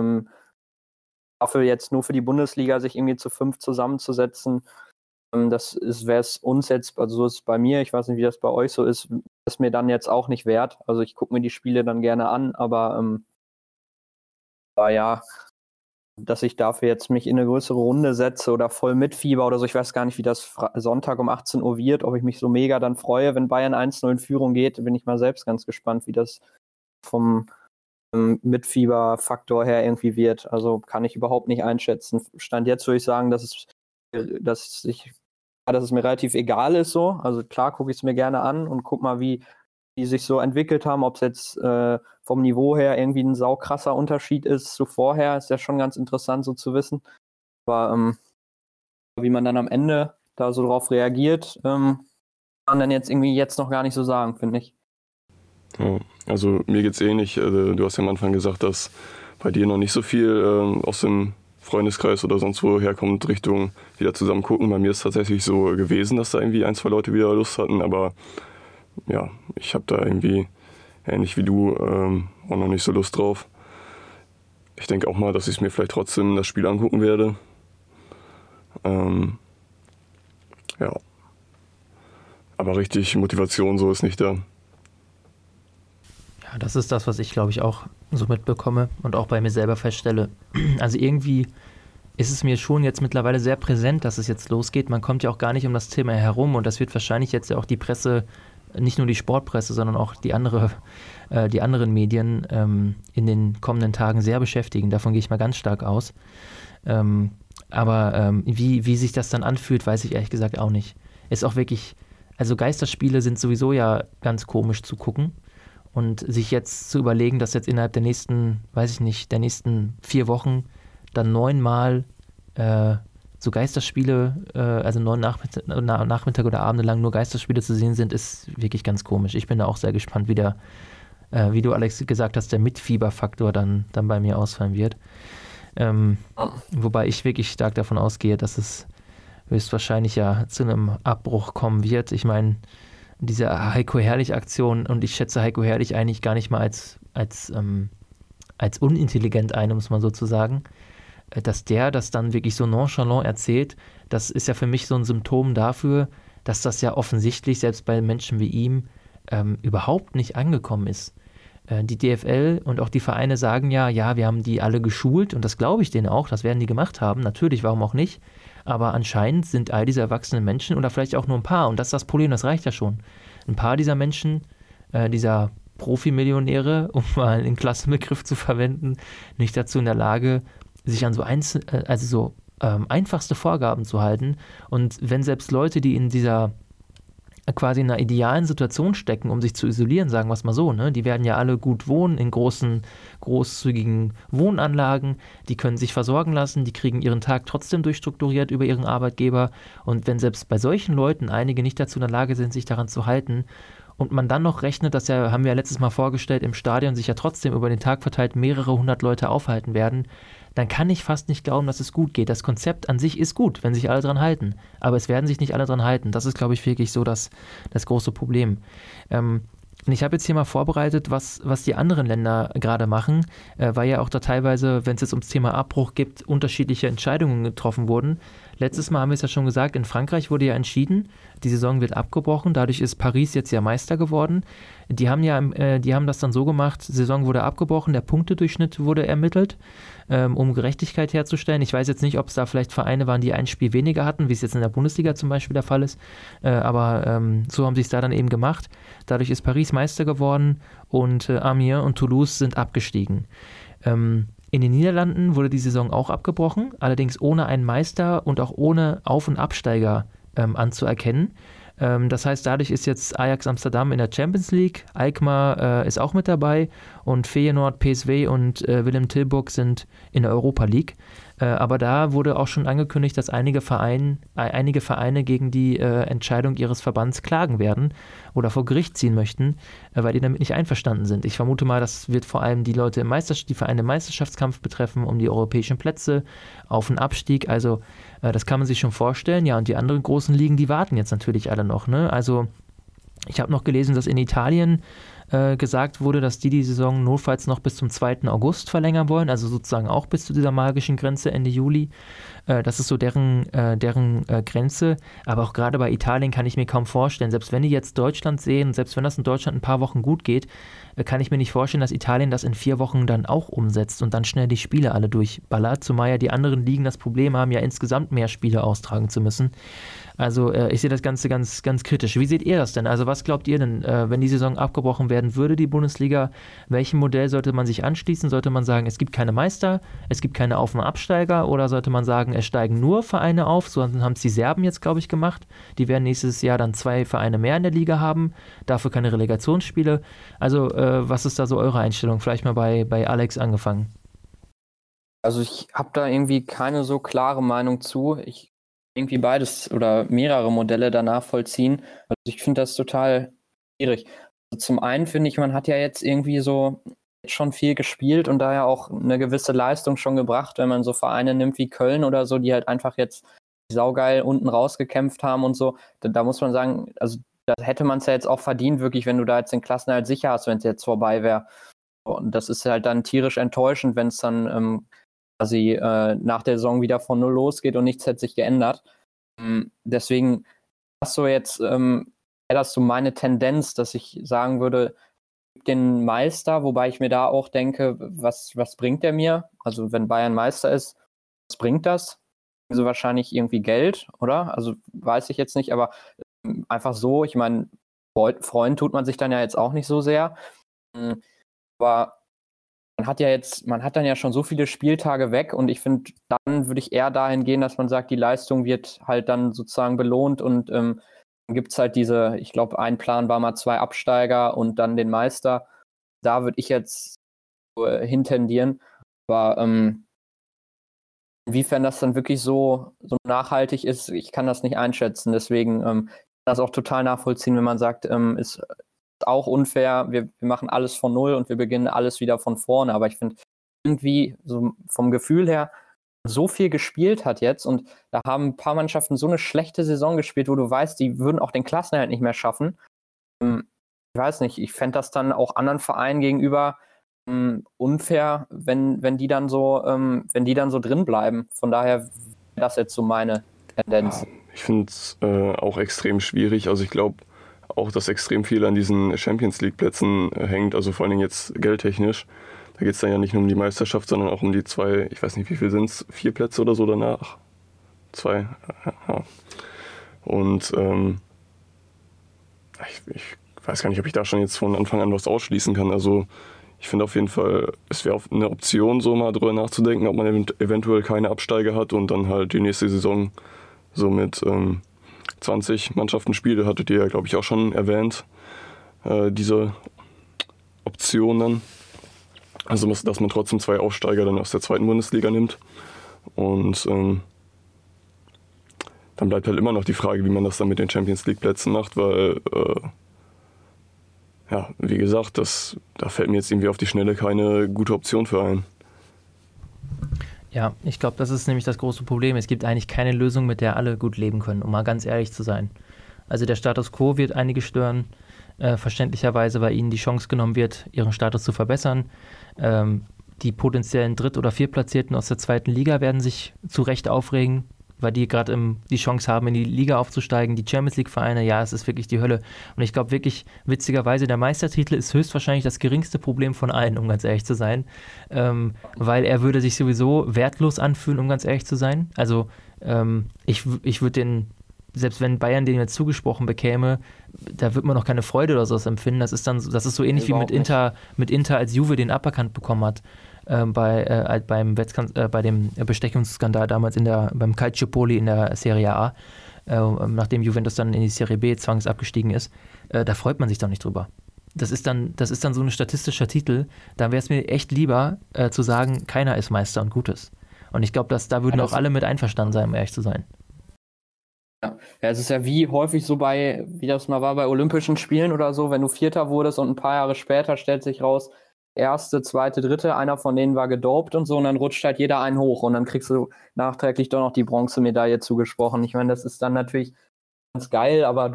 dafür jetzt nur für die Bundesliga sich irgendwie zu 5 zusammenzusetzen. Das wäre es uns jetzt, also so ist es bei mir, ich weiß nicht, wie das bei euch so ist mir dann jetzt auch nicht wert. Also ich gucke mir die Spiele dann gerne an, aber ja, dass ich dafür jetzt mich in eine größere Runde setze oder voll mitfieber oder so, ich weiß gar nicht, wie das Sonntag um 18 Uhr wird, ob ich mich so mega dann freue, wenn Bayern 1-0 in Führung geht, bin ich mal selbst ganz gespannt, wie das vom Mitfieberfaktor her irgendwie wird. Also kann ich überhaupt nicht einschätzen. Stand jetzt würde ich sagen, dass es mir relativ egal ist so. Also klar gucke ich es mir gerne an und guck mal, wie die sich so entwickelt haben, ob es jetzt vom Niveau her irgendwie ein saukrasser Unterschied ist zu vorher, ist ja schon ganz interessant so zu wissen. Aber wie man dann am Ende da so drauf reagiert, kann man dann jetzt irgendwie noch gar nicht so sagen, finde ich. Ja, also mir geht's ähnlich. Du hast ja am Anfang gesagt, dass bei dir noch nicht so viel aus dem Freundeskreis oder sonst wo herkommt, Richtung wieder zusammen gucken. Bei mir ist es tatsächlich so gewesen, dass da irgendwie 1, 2 Leute wieder Lust hatten, aber ja, ich habe da irgendwie, ähnlich wie du, auch noch nicht so Lust drauf. Ich denke auch mal, dass ich mir vielleicht trotzdem das Spiel angucken werde. Ja. Aber richtig Motivation so ist nicht da. Ja, das ist das, was ich, glaube ich, auch so mitbekomme und auch bei mir selber feststelle. Also irgendwie ist es mir schon jetzt mittlerweile sehr präsent, dass es jetzt losgeht. Man kommt ja auch gar nicht um das Thema herum und das wird wahrscheinlich jetzt ja auch die Presse, nicht nur die Sportpresse, sondern auch die anderen Medien in den kommenden Tagen sehr beschäftigen. Davon gehe ich mal ganz stark aus. Aber wie sich das dann anfühlt, weiß ich ehrlich gesagt auch nicht. Ist auch wirklich, also Geisterspiele sind sowieso ja ganz komisch zu gucken. Und sich jetzt zu überlegen, dass jetzt innerhalb der nächsten, der nächsten 4 Wochen dann 9-mal so Geisterspiele, also 9 Nachmittag oder Abende lang nur Geisterspiele zu sehen sind, ist wirklich ganz komisch. Ich bin da auch sehr gespannt, wie du, Alex, gesagt hast, der Mitfieberfaktor dann bei mir ausfallen wird. Wobei ich wirklich stark davon ausgehe, dass es höchstwahrscheinlich ja zu einem Abbruch kommen wird. Ich meine, diese Heiko Herrlich-Aktion, und ich schätze Heiko Herrlich eigentlich gar nicht mal als unintelligent ein, um es mal so zu sagen, dass der das dann wirklich so nonchalant erzählt, das ist ja für mich so ein Symptom dafür, dass das ja offensichtlich selbst bei Menschen wie ihm überhaupt nicht angekommen ist. Die DFL und auch die Vereine sagen ja, wir haben die alle geschult und das glaube ich denen auch, das werden die gemacht haben, natürlich, warum auch nicht, aber anscheinend sind all diese erwachsenen Menschen oder vielleicht auch nur ein paar, und das ist das Problem, das reicht ja schon, ein paar dieser Menschen, dieser Profimillionäre, um mal einen Klassenbegriff zu verwenden, nicht dazu in der Lage, sich an so einfachste Vorgaben zu halten, und wenn selbst Leute, die in dieser quasi in einer idealen Situation stecken, um sich zu isolieren, sagen wir es mal so, ne? Die werden ja alle gut wohnen in großzügigen Wohnanlagen, die können sich versorgen lassen, die kriegen ihren Tag trotzdem durchstrukturiert über ihren Arbeitgeber, und wenn selbst bei solchen Leuten einige nicht dazu in der Lage sind, sich daran zu halten, und man dann noch rechnet, dass ja, haben wir ja letztes Mal vorgestellt, im Stadion sich ja trotzdem über den Tag verteilt mehrere 100 Leute aufhalten werden, dann kann ich fast nicht glauben, dass es gut geht. Das Konzept an sich ist gut, wenn sich alle dran halten, aber es werden sich nicht alle dran halten. Das ist, glaube ich, wirklich so das große Problem. Und ich habe jetzt hier mal vorbereitet, was die anderen Länder gerade machen, weil ja auch da teilweise, wenn es jetzt ums Thema Abbruch gibt, unterschiedliche Entscheidungen getroffen wurden. Letztes Mal haben wir es ja schon gesagt, in Frankreich wurde ja entschieden, die Saison wird abgebrochen, dadurch ist Paris jetzt ja Meister geworden. Die haben das dann so gemacht, die Saison wurde abgebrochen, der Punktedurchschnitt wurde ermittelt, um Gerechtigkeit herzustellen. Ich weiß jetzt nicht, ob es da vielleicht Vereine waren, die ein Spiel weniger hatten, wie es jetzt in der Bundesliga zum Beispiel der Fall ist, aber so haben sie es da dann eben gemacht. Dadurch ist Paris Meister geworden und Amiens und Toulouse sind abgestiegen. In den Niederlanden wurde die Saison auch abgebrochen, allerdings ohne einen Meister und auch ohne Auf- und Absteiger anzuerkennen. Das heißt, dadurch ist jetzt Ajax Amsterdam in der Champions League, Alkmaar ist auch mit dabei und Feyenoord, PSV und Willem Tilburg sind in der Europa League. Aber da wurde auch schon angekündigt, dass einige Vereine gegen die Entscheidung ihres Verbands klagen werden oder vor Gericht ziehen möchten, weil die damit nicht einverstanden sind. Ich vermute mal, das wird vor allem die Vereine im Meisterschaftskampf betreffen, um die europäischen Plätze, Auf- und Abstieg. Also das kann man sich schon vorstellen. Ja, und die anderen großen Ligen, die warten jetzt natürlich alle noch. Ne? Also ich habe noch gelesen, dass in Italien gesagt wurde, dass die Saison notfalls noch bis zum 2. August verlängern wollen, also sozusagen auch bis zu dieser magischen Grenze Ende Juli. Das ist so deren Grenze. Aber auch gerade bei Italien kann ich mir kaum vorstellen, selbst wenn die jetzt Deutschland sehen, selbst wenn das in Deutschland ein paar Wochen gut geht, kann ich mir nicht vorstellen, dass Italien das in 4 Wochen dann auch umsetzt und dann schnell die Spiele alle durchballert, zumal ja die anderen Ligen das Problem haben, ja insgesamt mehr Spiele austragen zu müssen. Also ich sehe das Ganze ganz, ganz kritisch. Wie seht ihr das denn? Also was glaubt ihr denn, wenn die Saison abgebrochen werden würde, die Bundesliga, welchem Modell sollte man sich anschließen? Sollte man sagen, es gibt keine Meister, es gibt keine Auf- und Absteiger, oder sollte man sagen, es steigen nur Vereine auf? So haben es die Serben jetzt, glaube ich, gemacht. Die werden nächstes Jahr dann 2 Vereine mehr in der Liga haben, dafür keine Relegationsspiele. Also was ist da so eure Einstellung? Vielleicht mal bei Alex angefangen. Also ich habe da irgendwie keine so klare Meinung zu. Ich irgendwie beides oder mehrere Modelle danach vollziehen. Also ich finde das total schwierig. Also zum einen finde ich, man hat ja jetzt irgendwie so schon viel gespielt und daher auch eine gewisse Leistung schon gebracht, wenn man so Vereine nimmt wie Köln oder so, die halt einfach jetzt saugeil unten rausgekämpft haben und so. Da muss man sagen, also da hätte man es ja jetzt auch verdient, wirklich, wenn du da jetzt den Klassenerhalt sicher hast, wenn es jetzt vorbei wäre. Und das ist halt dann tierisch enttäuschend, wenn es dann quasi nach der Saison wieder von null losgeht und nichts hat sich geändert. Deswegen hast du jetzt, wäre das so meine Tendenz, dass ich sagen würde, den Meister, wobei ich mir da auch denke, was bringt der mir? Also wenn Bayern Meister ist, was bringt das? Also wahrscheinlich irgendwie Geld, oder? Also weiß ich jetzt nicht, aber einfach so, ich meine, freuen tut man sich dann ja jetzt auch nicht so sehr. Aber man hat dann ja schon so viele Spieltage weg und ich finde, dann würde ich eher dahin gehen, dass man sagt, die Leistung wird halt dann sozusagen belohnt und dann gibt es halt ich glaube, ein Plan war mal 2 Absteiger und dann den Meister. Da würde ich jetzt hintendieren. Aber inwiefern das dann wirklich so nachhaltig ist, ich kann das nicht einschätzen. Deswegen kann das auch total nachvollziehen, wenn man sagt, ist auch unfair, wir machen alles von null und wir beginnen alles wieder von vorne. Aber ich finde irgendwie so vom Gefühl her so viel gespielt hat jetzt und da haben ein paar Mannschaften so eine schlechte Saison gespielt, wo du weißt, die würden auch den Klassenerhalt nicht mehr schaffen. Ich weiß nicht, ich fände das dann auch anderen Vereinen gegenüber unfair, wenn die dann so drin bleiben. Von daher wäre das jetzt so meine Tendenz. Ja, ich finde es auch extrem schwierig. Also ich glaube auch, dass extrem viel an diesen Champions League Plätzen hängt, also vor allen Dingen jetzt geldtechnisch. Da geht es dann ja nicht nur um die Meisterschaft, sondern auch um die 2, ich weiß nicht, wie viel sind es, 4 Plätze oder so danach? 2, ja. Und ich weiß gar nicht, ob ich da schon jetzt von Anfang an was ausschließen kann. Also ich finde auf jeden Fall, es wäre eine Option, so mal drüber nachzudenken, ob man eventuell keine Absteiger hat und dann halt die nächste Saison so mit 20 Mannschaften spielt. Hattet ihr ja, glaube ich, auch schon erwähnt, diese Option dann. Also, dass man trotzdem 2 Aufsteiger dann aus der 2. Bundesliga nimmt. Und dann bleibt halt immer noch die Frage, wie man das dann mit den Champions League Plätzen macht, weil, ja, wie gesagt, da fällt mir jetzt irgendwie auf die Schnelle keine gute Option für ein. Ja, ich glaube, das ist nämlich das große Problem. Es gibt eigentlich keine Lösung, mit der alle gut leben können, um mal ganz ehrlich zu sein. Also der Status quo wird einige stören, verständlicherweise, weil ihnen die Chance genommen wird, ihren Status zu verbessern. Die potenziellen Dritt- oder Viertplatzierten aus der 2. Liga werden sich zu Recht aufregen, weil die gerade die Chance haben, in die Liga aufzusteigen. Die Champions League-Vereine, ja, es ist wirklich die Hölle. Und ich glaube wirklich, witzigerweise, der Meistertitel ist höchstwahrscheinlich das geringste Problem von allen, um ganz ehrlich zu sein. Weil er würde sich sowieso wertlos anfühlen, um ganz ehrlich zu sein. Also ich würde den, selbst wenn Bayern den jetzt zugesprochen bekäme, da wird man noch keine Freude oder sowas empfinden. Das ist so ähnlich wie mit Inter, als Juve den aberkannt bekommen hat. Bei dem Bestechungsskandal damals beim Calciopoli in der Serie A, nachdem Juventus dann in die Serie B zwangsabgestiegen ist, da freut man sich doch nicht drüber. Das ist dann so ein statistischer Titel, da wäre es mir echt lieber zu sagen, keiner ist Meister und Gutes. Und ich glaube, da würden auch alle mit einverstanden sein, um ehrlich zu sein. Ja, es ist ja wie häufig so wie das mal war bei Olympischen Spielen oder so, wenn du Vierter wurdest und ein paar Jahre später stellt sich raus, Erste, Zweite, Dritte, einer von denen war gedopt und so und dann rutscht halt jeder einen hoch und dann kriegst du nachträglich doch noch die Bronzemedaille zugesprochen. Ich meine, das ist dann natürlich ganz geil, aber du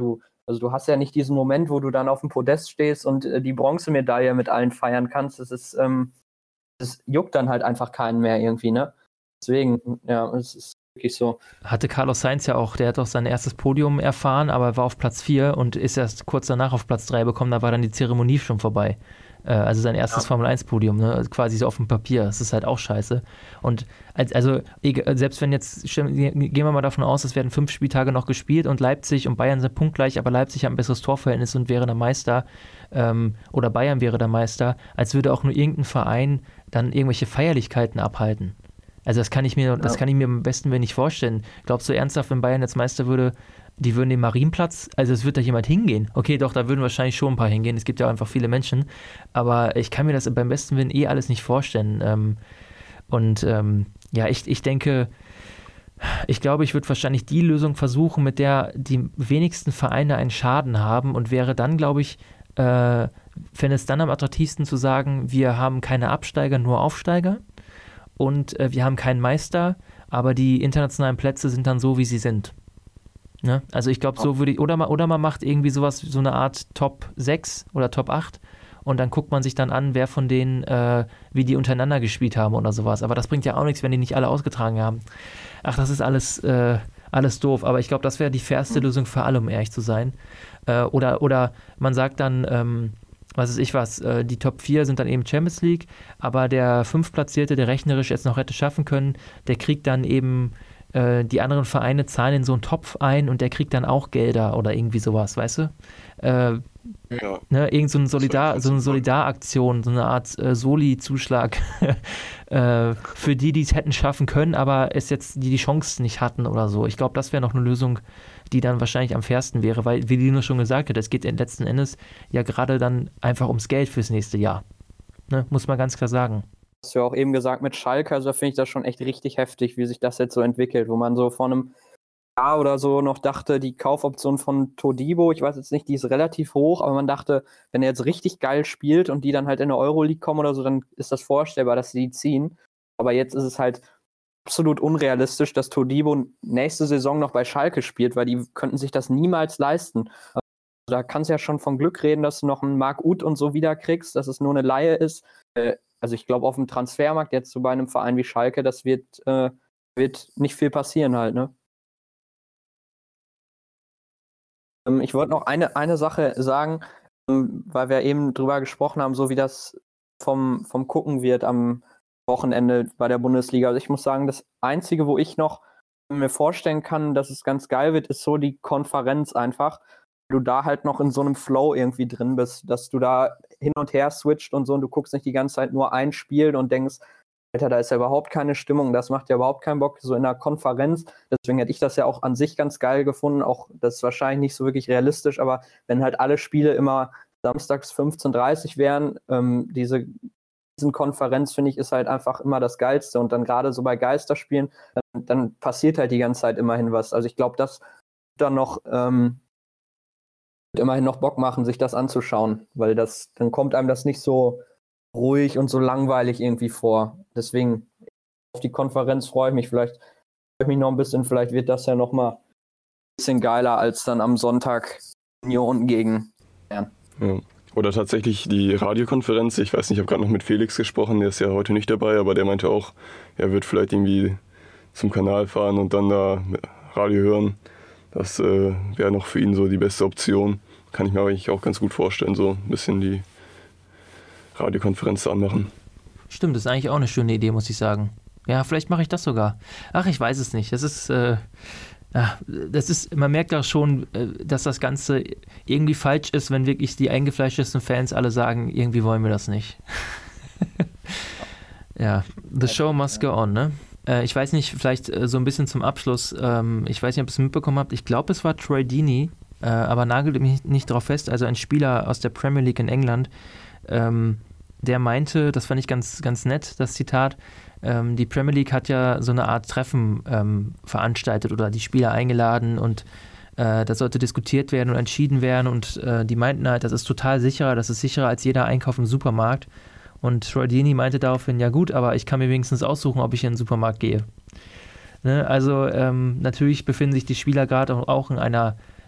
Also du hast ja nicht diesen Moment, wo du dann auf dem Podest stehst und die Bronzemedaille mit allen feiern kannst. Das juckt dann halt einfach keinen mehr irgendwie, ne? Deswegen, ja, es ist wirklich so. Hatte Carlos Sainz ja auch, der hat auch sein erstes Podium erfahren, aber war auf Platz 4 und ist erst kurz danach auf Platz 3 bekommen, da war dann die Zeremonie schon vorbei. Also sein erstes Formel-1-Podium, ne? Quasi so auf dem Papier. Das ist halt auch scheiße. Und also selbst wenn jetzt, gehen wir mal davon aus, es werden 5 Spieltage noch gespielt und Leipzig und Bayern sind punktgleich, aber Leipzig hat ein besseres Torverhältnis und wäre der Meister, oder Bayern wäre der Meister, als würde auch nur irgendein Verein dann irgendwelche Feierlichkeiten abhalten. Also das kann ich mir am besten nicht vorstellen. Glaubst du ernsthaft, wenn Bayern jetzt Meister würde, die würden den Marienplatz, also es wird da jemand hingehen. Okay, doch, da würden wahrscheinlich schon ein paar hingehen. Es gibt ja auch einfach viele Menschen. Aber ich kann mir das beim besten Willen alles nicht vorstellen. Ich denke, ich glaube, ich würde wahrscheinlich die Lösung versuchen, mit der die wenigsten Vereine einen Schaden haben und wäre dann, glaube ich, fände es dann am attraktivsten zu sagen, wir haben keine Absteiger, nur Aufsteiger und wir haben keinen Meister, aber die internationalen Plätze sind dann so, wie sie sind. Ne? Also ich glaube, so würde ich, oder man macht irgendwie sowas, so eine Art Top 6 oder Top 8 und dann guckt man sich dann an, wer von denen, wie die untereinander gespielt haben oder sowas. Aber das bringt ja auch nichts, wenn die nicht alle ausgetragen haben. Ach, das ist alles doof. Aber ich glaube, das wäre die fairste Lösung für alle, um ehrlich zu sein. Oder man sagt dann, die Top 4 sind dann eben Champions League, aber der 5-Platzierte, der rechnerisch jetzt noch hätte schaffen können, der kriegt dann eben die anderen Vereine zahlen in so einen Topf ein und der kriegt dann auch Gelder oder irgendwie sowas, weißt du? Irgend so eine Solidaraktion, so eine Art Soli-Zuschlag für die es hätten schaffen können, aber es jetzt die Chance nicht hatten oder so. Ich glaube, das wäre noch eine Lösung, die dann wahrscheinlich am fairsten wäre, weil, wie Lino schon gesagt hat, es geht letzten Endes ja gerade dann einfach ums Geld fürs nächste Jahr. Ne? Muss man ganz klar sagen. Hast du ja auch eben gesagt mit Schalke, also da finde ich das schon echt richtig heftig, wie sich das jetzt so entwickelt, wo man so vor einem Jahr oder so noch dachte, die Kaufoption von Todibo, ich weiß jetzt nicht, die ist relativ hoch, aber man dachte, wenn er jetzt richtig geil spielt und die dann halt in der Euroleague kommen oder so, dann ist das vorstellbar, dass sie die ziehen. Aber jetzt ist es halt absolut unrealistisch, dass Todibo nächste Saison noch bei Schalke spielt, weil die könnten sich das niemals leisten. Also da kannst du ja schon von Glück reden, dass du noch einen Marc Uth und so wieder kriegst, dass es nur eine Leihe ist. Also ich glaube, auf dem Transfermarkt jetzt so bei einem Verein wie Schalke, das wird nicht viel passieren halt, ne? Ich wollte noch eine Sache sagen, weil wir eben drüber gesprochen haben, so wie das vom Gucken wird am Wochenende bei der Bundesliga. Also ich muss sagen, das Einzige, wo ich noch mir vorstellen kann, dass es ganz geil wird, ist so die Konferenz einfach. Du da halt noch in so einem Flow irgendwie drin bist, dass du da hin und her switcht und so und du guckst nicht die ganze Zeit nur ein Spiel und denkst, Alter, da ist ja überhaupt keine Stimmung, das macht ja überhaupt keinen Bock, so in der Konferenz. Deswegen hätte ich das ja auch an sich ganz geil gefunden, auch das ist wahrscheinlich nicht so wirklich realistisch, aber wenn halt alle Spiele immer samstags 15:30 wären, diesen Konferenz, finde ich, ist halt einfach immer das Geilste und dann gerade so bei Geisterspielen, dann passiert halt die ganze Zeit immerhin was. Also ich glaube, das dann noch immerhin noch Bock machen, sich das anzuschauen, weil dann kommt einem das nicht so ruhig und so langweilig irgendwie vor. Deswegen auf die Konferenz freue ich mich. Vielleicht freue ich mich noch ein bisschen, vielleicht wird das ja noch mal ein bisschen geiler als dann am Sonntag Union gegen Bayern. Ja. Oder tatsächlich die Radiokonferenz. Ich weiß nicht, ich habe gerade noch mit Felix gesprochen, der ist ja heute nicht dabei, aber der meinte auch, er wird vielleicht irgendwie zum Kanal fahren und dann da Radio hören. Das wäre noch für ihn so die beste Option. Kann ich mir eigentlich auch ganz gut vorstellen, so ein bisschen die Radiokonferenz anmachen. Stimmt, das ist eigentlich auch eine schöne Idee, muss ich sagen. Ja, vielleicht mache ich das sogar. Ach, ich weiß es nicht. Das ist, man merkt auch schon, dass das Ganze irgendwie falsch ist, wenn wirklich die eingefleischtesten Fans alle sagen, irgendwie wollen wir das nicht. Ja, the show must go on, ne? Ich weiß nicht, vielleicht so ein bisschen zum Abschluss, ich weiß nicht, ob ihr es mitbekommen habt, ich glaube, es war Troy Deeney, aber nagelt mich nicht drauf fest, also ein Spieler aus der Premier League in England, der meinte, das fand ich ganz, ganz nett, das Zitat, die Premier League hat ja so eine Art Treffen veranstaltet oder die Spieler eingeladen und das sollte diskutiert werden und entschieden werden und die meinten halt, das ist total sicherer, das ist sicherer als jeder Einkauf im Supermarkt. Und Troy Deeney meinte daraufhin, ja gut, aber ich kann mir wenigstens aussuchen, ob ich in den Supermarkt gehe. Ne? Also natürlich befinden sich die Spieler gerade auch in einer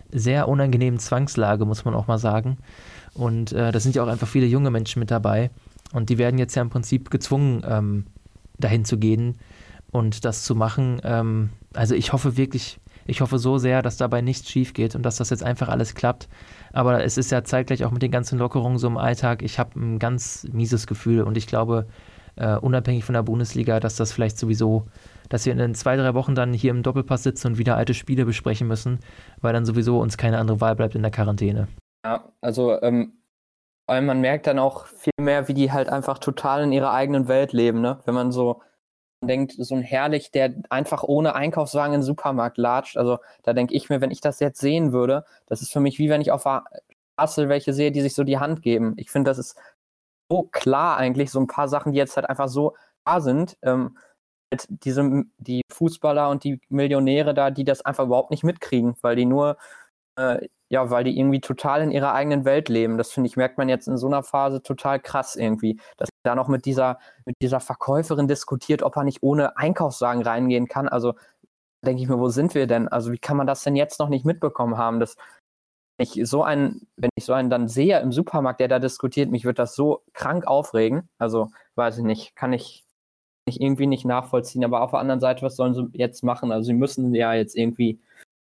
sehr unangenehmen Zwangslage, muss man auch mal sagen. Und da sind ja auch einfach viele junge Menschen mit dabei. Und die werden jetzt ja im Prinzip gezwungen, dahin zu gehen und das zu machen. Also ich hoffe so sehr, dass dabei nichts schief geht und dass das jetzt einfach alles klappt. Aber es ist ja zeitgleich auch mit den ganzen Lockerungen so im Alltag. Ich habe ein ganz mieses Gefühl und ich glaube, unabhängig von der Bundesliga, dass das vielleicht sowieso, dass wir in 2-3 Wochen dann hier im Doppelpass sitzen und wieder alte Spiele besprechen müssen, weil dann sowieso uns keine andere Wahl bleibt in der Quarantäne. Ja, also weil man merkt dann auch viel mehr, wie die halt einfach total in ihrer eigenen Welt leben, ne? Wenn man so denkt, so ein Herrlich, der einfach ohne Einkaufswagen in den Supermarkt latscht, also da denke ich mir, wenn ich das jetzt sehen würde, das ist für mich wie wenn ich auf der Straße welche sehe, die sich so die Hand geben. Ich finde, das ist so klar eigentlich, so ein paar Sachen, die jetzt halt einfach so da sind, die Fußballer und die Millionäre da, die das einfach überhaupt nicht mitkriegen, weil die nur weil die irgendwie total in ihrer eigenen Welt leben. Das, finde ich, merkt man jetzt in so einer Phase total krass irgendwie. Dass da noch mit dieser Verkäuferin diskutiert, ob er nicht ohne Einkaufswagen reingehen kann. Also denke ich mir, wo sind wir denn? Also wie kann man das denn jetzt noch nicht mitbekommen haben? Wenn ich so einen dann sehe im Supermarkt, der da diskutiert, mich wird das so krank aufregen. Also weiß ich nicht, kann ich irgendwie nicht nachvollziehen. Aber auf der anderen Seite, was sollen sie jetzt machen? Also sie müssen ja jetzt irgendwie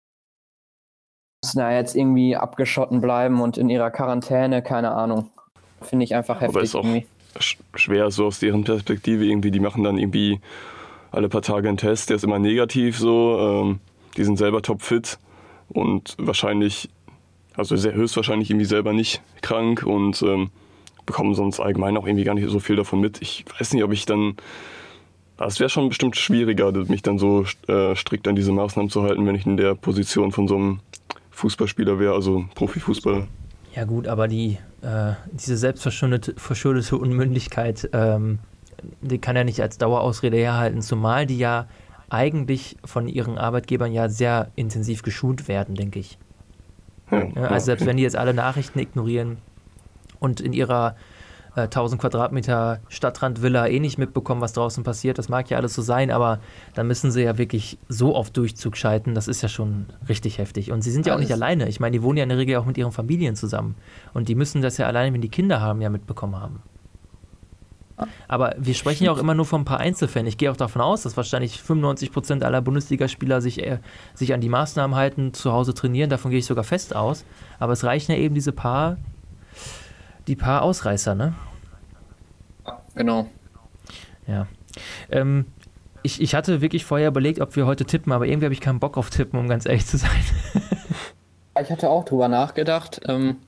abgeschotten bleiben und in ihrer Quarantäne, keine Ahnung. Finde ich einfach heftig. Aber ist auch irgendwie schwer so aus deren Perspektive irgendwie, die machen dann irgendwie alle paar Tage einen Test, der ist immer negativ so, die sind selber topfit und wahrscheinlich, also höchstwahrscheinlich irgendwie selber nicht krank und bekommen sonst allgemein auch irgendwie gar nicht so viel davon mit. Ich weiß nicht, ob ich dann, es wäre schon bestimmt schwieriger, mich dann so strikt an diese Maßnahmen zu halten, wenn ich in der Position von so einem Fußballspieler wäre, also Profifußballer. Ja gut, aber diese selbstverschuldete Unmündigkeit, die kann ja nicht als Dauerausrede herhalten, zumal die ja eigentlich von ihren Arbeitgebern ja sehr intensiv geschult werden, denke ich. Also selbst wenn die jetzt alle Nachrichten ignorieren und in ihrer 1000 Quadratmeter Stadtrandvilla nicht mitbekommen, was draußen passiert. Das mag ja alles so sein, aber dann müssen sie ja wirklich so auf Durchzug schalten. Das ist ja schon richtig heftig. Und sie sind ja auch nicht alleine. Ich meine, die wohnen ja in der Regel auch mit ihren Familien zusammen. Und die müssen das ja alleine, wenn die Kinder haben, ja mitbekommen haben. Aber wir sprechen ja auch immer nur von ein paar Einzelfällen. Ich gehe auch davon aus, dass wahrscheinlich 95% aller Bundesligaspieler sich an die Maßnahmen halten, zu Hause trainieren. Davon gehe ich sogar fest aus. Aber es reichen ja eben die paar Ausreißer, ne? Genau. Ja. Ich hatte wirklich vorher überlegt, ob wir heute tippen, aber irgendwie habe ich keinen Bock auf Tippen, um ganz ehrlich zu sein. Ich hatte auch drüber nachgedacht.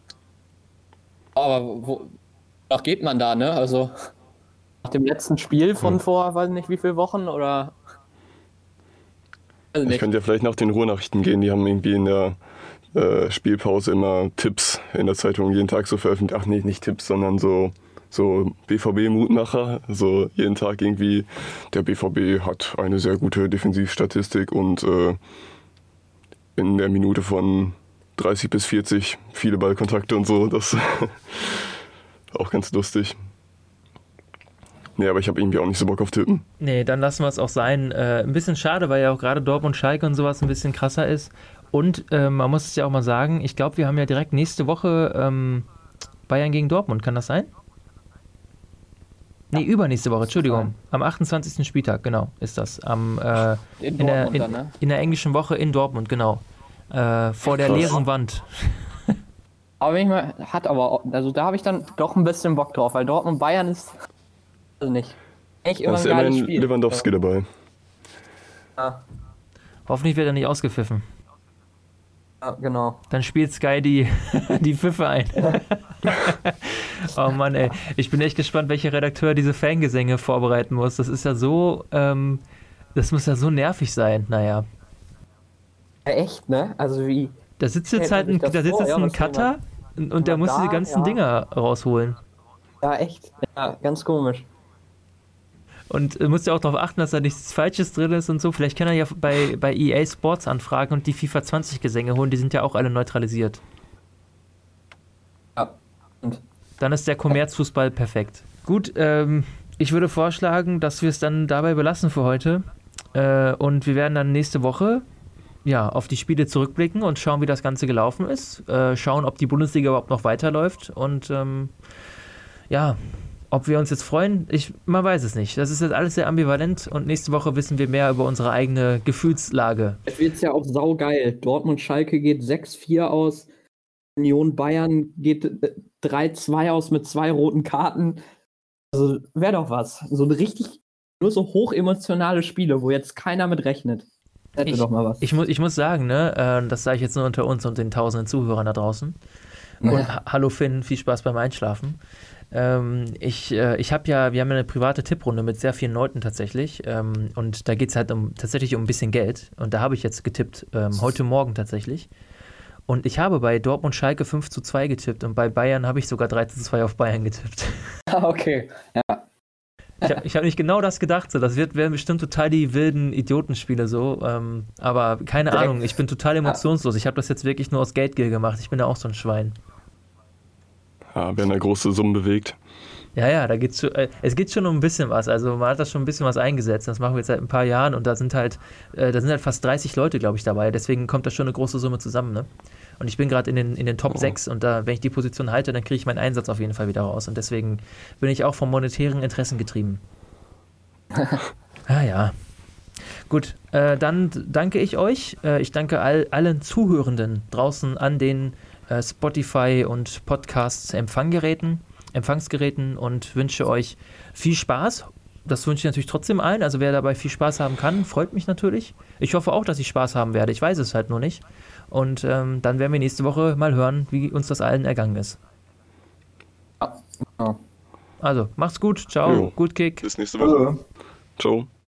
Aber wonach geht man da, ne? Also nach dem letzten Spiel von vor, weiß nicht wie viele Wochen oder. Ich könnte ja vielleicht nach den Ruhrnachrichten gehen, die haben irgendwie in der Spielpause immer Tipps in der Zeitung jeden Tag so veröffentlicht. Ach nee, nicht Tipps, sondern so BVB-Mutmacher. Also jeden Tag irgendwie, der BVB hat eine sehr gute Defensivstatistik und in der Minute von 30 bis 40 viele Ballkontakte und so. Das auch ganz lustig. Nee, aber ich habe irgendwie auch nicht so Bock auf Tippen. Nee, dann lassen wir es auch sein. Ein bisschen schade, weil ja auch gerade Dortmund, Schalke und sowas ein bisschen krasser ist. Und man muss es ja auch mal sagen, ich glaube, wir haben ja direkt nächste Woche Bayern gegen Dortmund. Kann das sein? Nee, übernächste Woche, Entschuldigung. Am 28. Spieltag, genau, ist das. In der englischen Woche in Dortmund, genau. Vor der leeren Wand. Aber also da habe ich dann doch ein bisschen Bock drauf, weil Dortmund Bayern ist, also nicht. Echt immer ein geiles Spiel. Lewandowski dabei. Ja. Hoffentlich wird er nicht ausgepfiffen. Ja, genau. Dann spielt Sky die Pfiffe ein. Oh Mann, ey. Ich bin echt gespannt, welcher Redakteur diese Fangesänge vorbereiten muss. Das ist ja so, das muss ja so nervig sein. Naja. Ja, echt, ne? Also wie... Da sitzt jetzt ein Cutter und der muss diese ganzen Dinger rausholen. Ja, echt. Ja, ganz komisch. Und muss ja auch darauf achten, dass da nichts Falsches drin ist und so. Vielleicht kann er ja bei EA Sports anfragen und die FIFA 20 Gesänge holen. Die sind ja auch alle neutralisiert. Ja. Und dann ist der Kommerzfußball perfekt. Gut, ich würde vorschlagen, dass wir es dann dabei belassen für heute. Und wir werden dann nächste Woche auf die Spiele zurückblicken und schauen, wie das Ganze gelaufen ist. Schauen, ob die Bundesliga überhaupt noch weiterläuft und ob wir uns jetzt freuen, man weiß es nicht. Das ist jetzt alles sehr ambivalent und nächste Woche wissen wir mehr über unsere eigene Gefühlslage. Es wird ja auch saugeil. Dortmund-Schalke geht 6-4 aus. Union Bayern geht 3-2 aus mit 2 roten Karten. Also wäre doch was. So ein richtig, nur so hochemotionale Spiele, wo jetzt keiner mit rechnet. Hätte doch mal was. Ich muss sagen, ne, das sage ich jetzt nur unter uns und den tausenden Zuhörern da draußen. Und hallo Finn, viel Spaß beim Einschlafen. Wir haben ja eine private Tipprunde mit sehr vielen Leuten tatsächlich. Und da geht es halt tatsächlich um ein bisschen Geld. Und da habe ich jetzt getippt, heute Morgen tatsächlich. Und ich habe bei Dortmund Schalke 5-2 getippt und bei Bayern habe ich sogar 3-2 auf Bayern getippt. Okay, ja. Ich hab nicht genau das gedacht, so. Das werden bestimmt total die wilden Idiotenspiele so. Aber keine Ahnung, ich bin total emotionslos. Ich habe das jetzt wirklich nur aus Geldgier gemacht. Ich bin ja auch so ein Schwein. Ja, werden da große Summen bewegt. Ja, es geht schon um ein bisschen was. Also man hat da schon ein bisschen was eingesetzt. Das machen wir jetzt seit ein paar Jahren und da sind halt fast 30 Leute, glaube ich, dabei. Deswegen kommt da schon eine große Summe zusammen, ne? Und ich bin gerade in den Top 6 und wenn ich die Position halte, dann kriege ich meinen Einsatz auf jeden Fall wieder raus. Und deswegen bin ich auch vom monetären Interessen getrieben. Ja. Gut, dann danke ich euch. Ich danke allen Zuhörenden draußen an den Spotify und Podcasts Empfangsgeräten und wünsche euch viel Spaß. Das wünsche ich natürlich trotzdem allen. Also wer dabei viel Spaß haben kann, freut mich natürlich. Ich hoffe auch, dass ich Spaß haben werde. Ich weiß es halt nur nicht. Und dann werden wir nächste Woche mal hören, wie uns das allen ergangen ist. Ja. Also, macht's gut. Ciao. Jo. Gut Kick. Bis nächste Woche. Ciao.